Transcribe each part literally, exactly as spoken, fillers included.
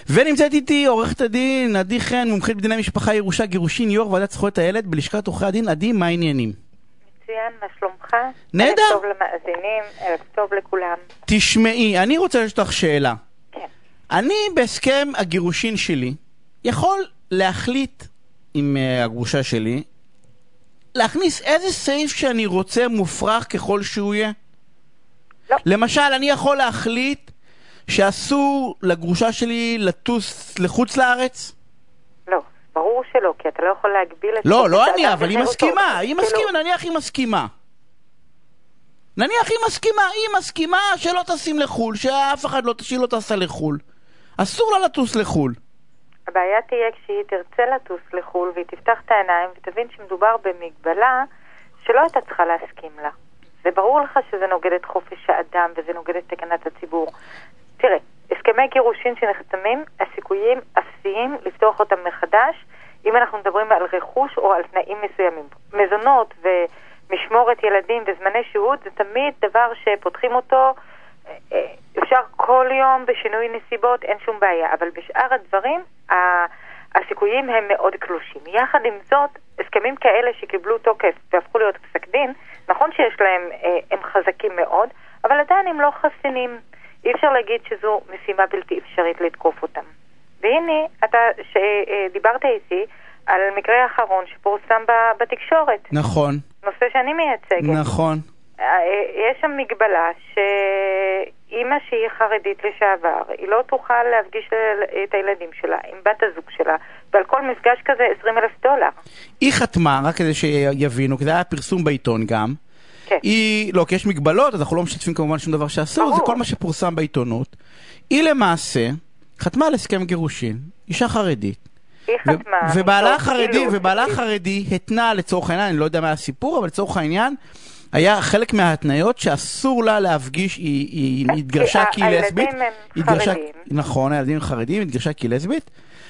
ונמצאת איתי עורכת הדין עדי חן, מומחית בדיני משפחה, ירושה, גירושין, יו"ר ועדת זכויות הילד בלשכת עורכי הדין. עדי, מה העניינים? מצוין, מה שלומך? נהדר. ערב טוב למאזינים, ערב טוב לכולם. תשמעי, אני רוצה לשאול אותך שאלה. כן. אני בהסכם הגירושין שלי יכול להחליט עם uh, הגרושה שלי להכניס איזה סעיף שאני רוצה, מופרך ככל שהוא יהיה? לא. למשל, אני יכול להחליט שאסור לגרושה שלי לטוס לחוץ לארץ? לא, ברור שלא, כי אתה לא יכול להגביל את... לא, לא אני, אבל היא מסכימה, היא מסכימה, נניח היא מסכימה. נניח היא מסכימה, היא מסכימה שלא טסים לחול, שאף אחד לא, שהיא לא טסה לחול. אסור לה לטוס לחול. הבעיה תהיה כשהיא תרצה לטוס לחול, והיא תפתח את העיניים ותבין שמדובר במגבלה שלא הייתה צריכה להסכים לה. זה ברור לך שזה נוגד את חופש האדם וזה נוגד את תקנת הציבור. תראה, הסכמי גירושין שנחתמים, הסיכויים אפסיים לפתוח אותם מחדש, אם אנחנו מדברים על רכוש או על תנאים מסוימים. מזונות ומשמורת ילדים וזמני שהות זה תמיד דבר שפותחים אותו, אפשר כל יום בשינוי נסיבות, אין שום בעיה, אבל בשאר הדברים הסיכויים הם מאוד קלושים. יחד עם זאת, הסכמים כאלה שקיבלו תוקף והפכו להיות פסק דין, נכון שיש להם, הם חזקים מאוד, אבל עדיין הם לא חסינים. אי אפשר להגיד שזו משימה בלתי אפשרית לתקוף אותם. והנה, אתה שדיברת איתי על מקרה האחרון שפורסם בתקשורת. נכון. נושא שאני מייצגת. נכון. יש שם מגבלה שאמא שהיא חרדית לשעבר, היא לא תוכל להפגיש את הילדים שלה עם בת הזוג שלה, ועל כל מפגש כזה עשרים אלף דולר. היא חתמה, רק כדי שיבינו, כי זה היה פרסום בעיתון גם. כן. היא, לא, כי יש מגבלות, אז אנחנו לא משתפים כמובן שום דבר שאסור, זה כל מה שפורסם בעיתונות. היא למעשה חתמה על הסכם גירושין, אישה חרדית. היא חתמה. ובעלה חרדי, ובעלה חרדי התנה לצורך העניין, אני לא יודע מה הסיפור, אבל לצורך העניין, היה חלק מההתניות שאסור לה להפגיש, היא, היא התגרשה כלסבית. הילדים הם חרדים. נכון, הילדים חרדים, התגרשה כלסבית,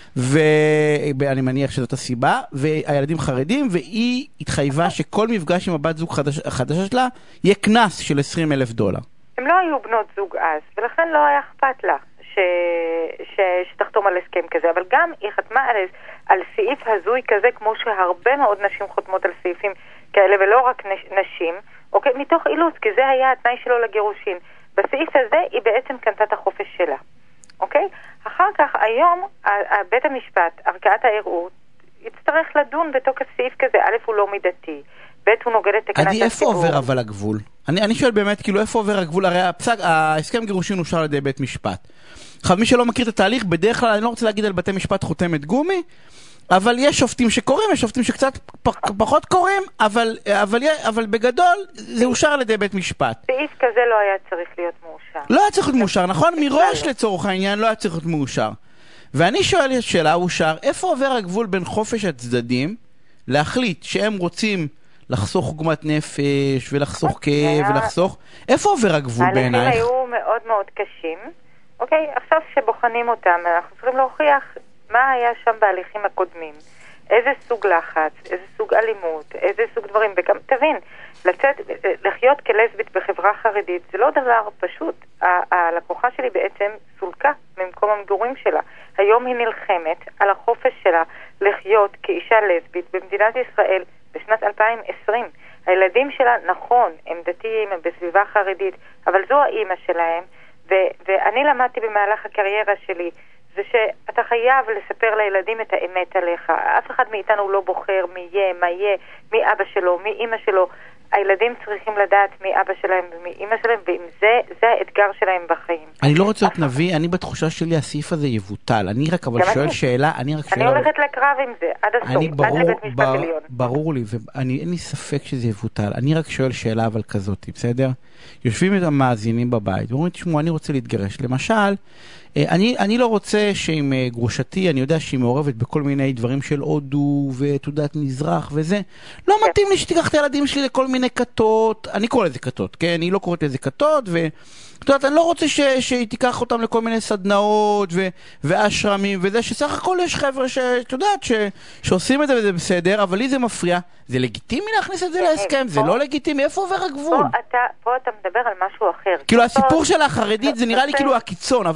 ואני מניח שזאת הסיבה, והילדים חרדים, והיא התחייבה שכל מפגש עם הבת זוג החדשה שלה, יהיה קנס של עשרים אלף דולר. הם לא היו בנות זוג אז, ולכן לא היה אכפת לה ש... ש... שתחתום על הסכם כזה, אבל גם היא חתמה על, על סעיף הזוי כזה, כמו שהרבה מאוד נשים חותמות על סעיפים כאלה, ולא רק נשים, אוקיי? מתוך אילוץ, כי זה היה התנאי שלו לגירושין. בסעיף הזה היא בעצם קנתה את החופש שלה, אוקיי? אחר כך, היום, בית המשפט, ערכאת הערעור, יצטרך לדון בתוקף סעיף כזה. א', הוא לא מידתי, ב', הוא נוגד את תקנת הציבור. עדי, איפה עובר אבל הגבול? אני, אני שואל באמת, כאילו, איפה עובר הגבול? הרי הפסק, ההסכם גירושין אושר על ידי בית משפט. עכשיו, מי שלא מכיר את התהליך, בדרך כלל, אני לא רוצה להגיד על בתי משפט חותמת גומי, אבל יש שופטים שקוראים, יש שופטים שקצת פחות קוראים, אבל, אבל, אבל בגדול זה אושר על ידי בית משפט. סעיף כזה לא היה צריך להיות מאושר. לא היה צריך להיות מאושר, נכון? מראש לצורך העניין לא היה צריך להיות מאושר. ואני שואל את שאלה, אושר, איפה עובר הגבול בין חופש הצדדים להחליט שהם רוצים לחסוך עוגמת נפש ולחסוך כאב ולחסוך, איפה עובר הגבול בעינייך? ההליכים היו מאוד מאוד קשים. אוקיי, עכשיו שבוחנים אותם, אנחנו צריכים להוכיח מה היה שם בהליכים הקודמים, איזה סוג לחץ, איזה סוג אלימות, איזה סוג דברים, וגם תבין, לצאת, לחיות כלסבית בחברה חרדית זה לא דבר פשוט. הלקוחה שלי בעצם סולקה ממקום המגורים שלה. היום היא נלחמת על החופש שלה לחיות כאישה לסבית במדינת ישראל בשנת אלפיים ועשרים. הילדים שלה, נכון, הם דתיים, הם בסביבה חרדית, אבל זו האימא שלהם, ו- ואני למדתי במהלך הקריירה שלי זה שאתה חייב לספר לילדים את האמת עליך. אף אחד מאיתנו לא בוחר מי יהיה, מה יהיה, מי אבא שלו, מי אמא שלו. הילדים צריכים לדעת מי אבא שלהם ומי אמא שלהם, ואם זה, זה האתגר שלהם בחיים. אני לא רוצה להיות נביא, אני בתחושה שלי הסעיף הזה יבוטל. אני רק אבל שואל שאלה, אני רק שואל... אני הולכת לקרב עם זה, עד הסוף, עד לבית משפט עליון. ברור לי, ואין לי ספק שזה יבוטל. אני רק שואל שאלה אבל כזאת, בסדר? יושבים את המאזינים בבית, ואומרים, תשמעו, אני רוצה להתגרש. למשל, אני, אני לא רוצה שעם גרושתי, אני יודע שהיא מעורבת בכל מיני דברים של הודו ותעודת מזרח וזה. לא כן. מתאים לי שתיקח את הילדים שלי לכל מיני כתות. אני קורא לזה כתות, כן? אני לא קוראת לזה כתות, ואת יודעת, אני לא רוצה ש, שהיא תיקח אותם לכל מיני סדנאות ו, ואשרמים וזה, שסך הכל יש חבר'ה שאת יודעת, ש, שעושים את זה וזה בסדר, אבל לי זה מפריע. זה לגיטימי להכניס את זה להסכם? זה לא לגיטימי? איפה עובר הגבול? פה אתה, פה אתה מדבר על משהו אחר. כאילו הסיפור של החרדית זה נראה לי כאילו הקיצון, אבל אני שואל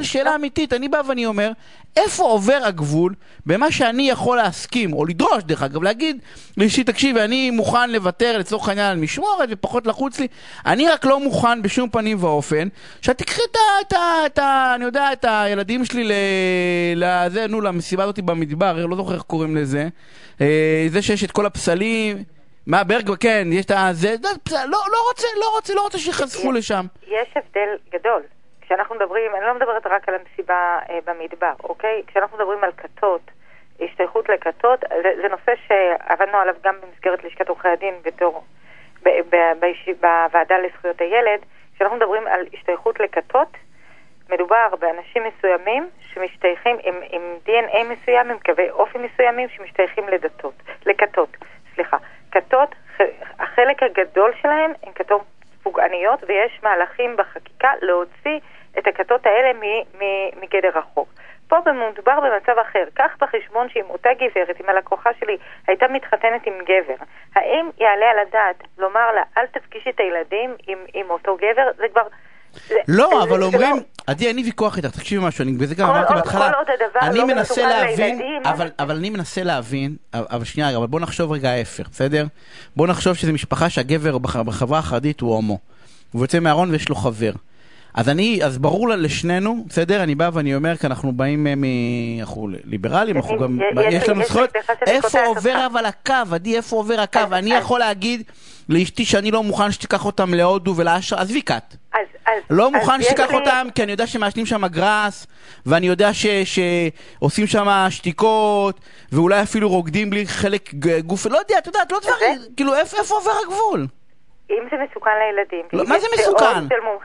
שאלה אמיתית, אני בא ואני אומר, איפה עובר הגבול במה שאני יכול להסכים, או לדרוש דרך אגב, להגיד לאשתי, תקשיבי, אני מוכן לוותר לצורך העניין על משמורת ופחות לחוץ לי, אני רק לא מוכן בשום פנים ואופן, שתקחי את ה, את ה, את ה, אני יודע, את הילדים שלי לזה, נו, למסיבה הזאת במדבר, לא זוכר איך קוראים לזה, זה שיש את כל הפסלים, מה, ברג, כן, יש את זה, לא, לא רוצה, לא רוצה, לא רוצה שיחשפו לשם. יש הבדל גדול. כשאנחנו מדברים, אני לא מדברת רק על המסיבה אה, במדבר, אוקיי? כשאנחנו מדברים על כתות, השתייכות לכתות, זה, זה נושא שעבדנו עליו גם במסגרת לשכת עורכי הדין בתור, ב, ב, ב, בוועדה לזכויות הילד. כשאנחנו מדברים על השתייכות לכתות, מדובר באנשים מסוימים שמשתייכים עם, עם די אן איי מסוים, עם קווי אופי מסוימים שמשתייכים לדתות, לכתות, סליחה. כתות, החלק הגדול שלהם הם כתות פוגעניות, ויש מהלכים בחקיקה להוציא את הכתות האלה מגדר החוק. פה מדובר במצב אחר. כך בחשבון שאם אותה גברת, אם הלקוחה שלי הייתה מתחתנת עם גבר, האם יעלה על הדעת לומר לה, אל תפגישי את הילדים עם, עם אותו גבר? זה כבר... לא, אבל אומרים, עדי, אני ויכוח איתך, תקשיבי משהו, אני בזה גם אמרתי בהתחלה, אני מנסה להבין, אבל אני מנסה להבין, אבל שנייה, אבל בוא נחשוב רגע ההפך, בסדר? בוא נחשוב שזו משפחה שהגבר בחברה החרדית הוא הומו, הוא יוצא מהארון ויש לו חבר. אז אני, אז ברור לשנינו, בסדר? אני בא ואני אומר, כי אנחנו באים מ... אנחנו ליברלים, אנחנו גם... יש לנו זכויות. איפה עובר אבל הקו? עדי, איפה עובר הקו? אני יכול להגיד לאשתי שאני לא מוכן שתיקח אותם להודו ולאשר, אז ויקט. לא מוכן שתיקח אותם, כי אני יודע שמעשנים שם גרס, ואני יודע שעושים שם שתיקות, ואולי אפילו רוקדים בלי חלק גוף, לא יודע, אתה יודע, לא דברים, כאילו, איפה עובר הגבול? אם זה מסוכן לילדים. מה זה מסוכן?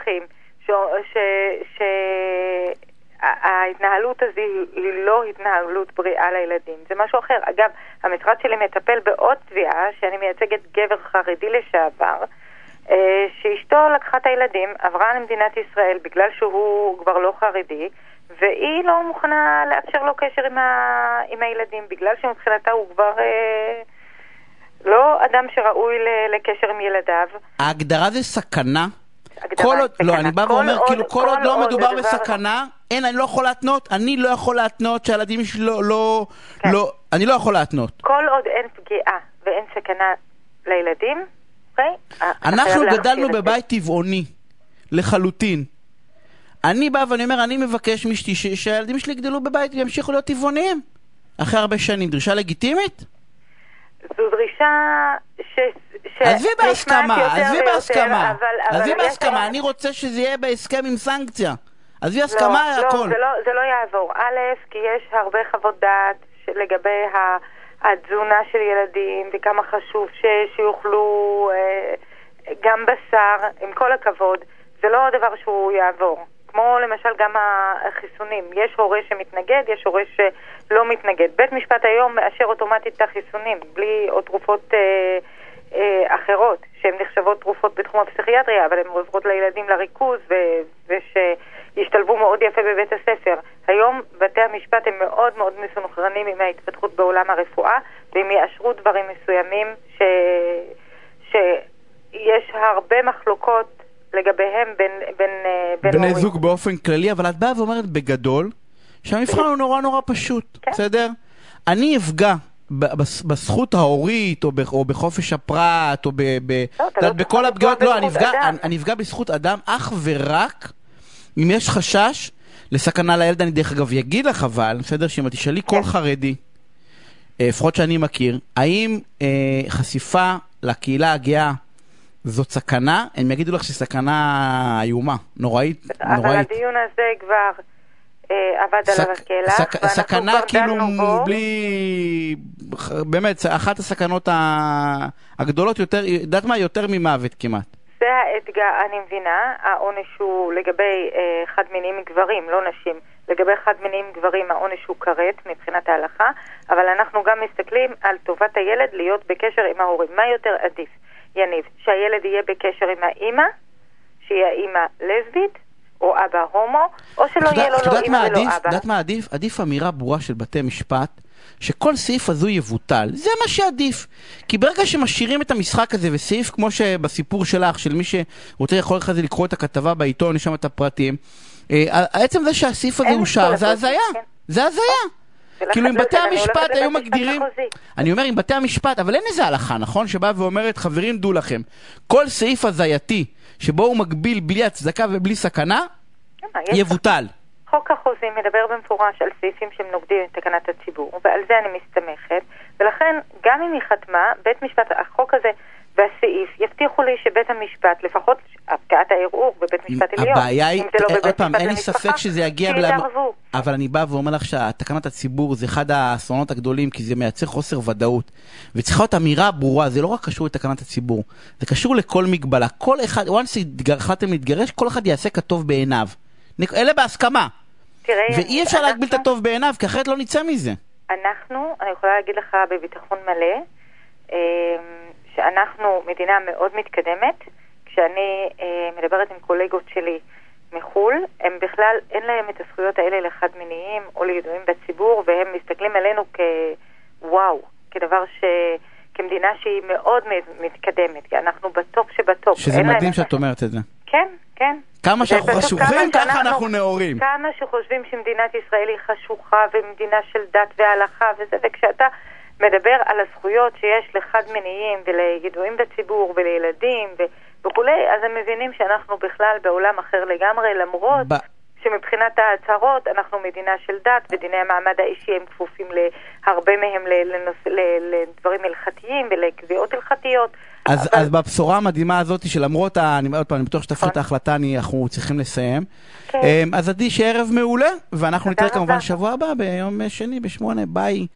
שההתנהלות הזו היא לא התנהלות בריאה לילדים, זה משהו אחר. אגב, המשרד שלי מטפל בעוד תביעה שאני מייצגת גבר חרדי לשעבר, שאשתו לקחה את הילדים, עברה למדינת ישראל בגלל שהוא כבר לא חרדי, והיא לא מוכנה לאפשר לו קשר עם, ה... עם הילדים, בגלל שמבחינתה הוא כבר אה, לא אדם שראוי לקשר עם ילדיו. ההגדרה זה סכנה? כל עוד, לא, אני בא ואומר, כאילו, כל עוד לא מדובר בסכנה, אין, אני לא יכול להתנות, אני לא יכול להתנות שהילדים שלי לא, לא, לא, אני לא יכול להתנות. כל עוד אין פגיעה ואין סכנה לילדים, אנחנו גדלנו בבית טבעוני, לחלוטין. אני בא ואני אומר, אני מבקש משתי שהילדים שלי יגדלו בבית וימשיכו להיות טבעוניים. אחרי הרבה שנים, דרישה לגיטימית? זו דרישה ש... עזבי בהסכמה, עזבי בהסכמה, עזבי בהסכמה, אני רוצה שזה יהיה בהסכם עם סנקציה. עזבי הסכמה, הכל. לא, זה לא יעבור. א', כי יש הרבה חוות דעת לגבי התזונה של ילדים, וכמה חשוב שיוכלו גם בשר, עם כל הכבוד. זה לא דבר שהוא יעבור. כמו למשל גם החיסונים. יש הורה שמתנגד, יש הורה שלא מתנגד. בית משפט היום מאשר אוטומטית את החיסונים, בלי או תרופות אה, אה, אחרות, שהן נחשבות תרופות בתחום הפסיכיאטריה, אבל הן עוזרות לילדים לריכוז ו- ושישתלבו מאוד יפה בבית הספר. היום בתי המשפט הם מאוד מאוד מסונכרנים עם ההתפתחות בעולם הרפואה, והם יאשרו דברים מסוימים ש... שיש הרבה מחלוקות לגביהם בין, בין, בין בני זוג באופן כללי, אבל את באה ואומרת בגדול שהמבחן הוא נורא נורא פשוט, בסדר? אני אפגע בזכות ההורית או בחופש הפרט או בכל הפגיעות, לא, אני אפגע בזכות אדם אך ורק אם יש חשש לסכנה לילד. אני דרך אגב יגיד לך אבל, בסדר, שאם תשאלי כל חרדי, לפחות שאני מכיר, האם חשיפה לקהילה הגאה זאת סכנה, הם יגידו לך שסכנה איומה, נוראית, נוראית. אבל הדיון הזה כבר אה, עבד סק, עליו הקהילה, סק, סכנה כאילו בלי, באמת, אחת הסכנות הגדולות יותר, יודעת מה? יותר ממוות כמעט. זה האתגר, אני מבינה, העונש הוא לגבי אה, חד מיניים גברים, לא נשים. לגבי חד מיניים גברים העונש הוא כרת מבחינת ההלכה, אבל אנחנו גם מסתכלים על טובת הילד להיות בקשר עם ההורים. מה יותר עדיף? יניב, שהילד יהיה בקשר עם האמא, שיהיה האמא לסבית, או אבא הומו, או שלא יהיה לו לא אמא ולא אבא. יודעת מה עדיף? עדיף אמירה ברורה של בתי משפט, שכל סעיף הזו יבוטל. זה מה שעדיף. כי ברגע שמשאירים את המשחק הזה, וסעיף כמו שבסיפור שלך, של מי שרוצה יכול לך זה לקרוא את הכתבה בעיתון, יש שם את הפרטים, העצם זה שהסעיף הזה אושר, זה הזיה. זה הזיה. כאילו אם בתי המשפט היו מגדירים, אני אומר אם בתי המשפט, אבל אין איזה הלכה, נכון? שבאה ואומרת, חברים דעו לכם, כל סעיף הזייתי שבו הוא מגביל בלי הצדקה ובלי סכנה, יבוטל. חוק החוזים מדבר במפורש על סעיפים שהם נוגדים את תקנת הציבור, ועל זה אני מסתמכת, ולכן גם אם היא חתמה, בית משפט, החוק הזה והסעיף יבטיחו לי שבית המשפט, לפחות הפקעת הערעור בבית משפט עליון, הבעיה היא, עוד פעם, אין לי למשפחה, ספק שזה יגיע בלה... אבל אני בא ואומר לך שתקנת הציבור זה אחד האסונות הגדולים, כי זה מייצר חוסר ודאות, וצריכה להיות אמירה ברורה, זה לא רק קשור לתקנת הציבור, זה קשור לכל מגבלה, כל אחד, once החלטתם להתגרש, כל אחד יעשה כטוב בעיניו, אלה בהסכמה, ואי אפשר להגביל את הטוב בעיניו, כי אחרת לא נצא מזה. אנחנו, אני יכולה להגיד לך בביטחון מלא, שאנחנו מדינה מאוד מתקדמת. כשאני אה, מדברת עם קולגות שלי מחול, הם בכלל אין להם את הזכויות האלה לחד מיניים או לידועים בציבור, והם מסתכלים עלינו כוואו, כדבר ש... כמדינה שהיא מאוד מתקדמת, כי אנחנו בטופ שבטופ. שזה מדהים שאת אומרת את זה. כן, כן. כמה שאנחנו חשוכים, ככה אנחנו נאורים. כמה שחושבים שמדינת ישראל היא חשוכה ומדינה של דת והלכה וזה, וכשאתה מדבר על הזכויות שיש לחד מיניים ולידועים בציבור ולילדים וכולי, אז הם מבינים שאנחנו בכלל בעולם אחר לגמרי, למרות ב... שמבחינת ההצהרות אנחנו מדינה של דת, ודיני המעמד האישי הם כפופים להרבה מהם לנוס... לדברים הלכתיים ולקביעות הלכתיות. אז, אבל... אז בבשורה המדהימה הזאת שלמרות, ה... אני, עוד פעם, אני בטוח שתפריט את ההחלטה, אני... אנחנו צריכים לסיים. Okay. אז עדי שערב מעולה, ואנחנו נתראה כמובן שבוע הבא ביום שני בשמונה, ביי.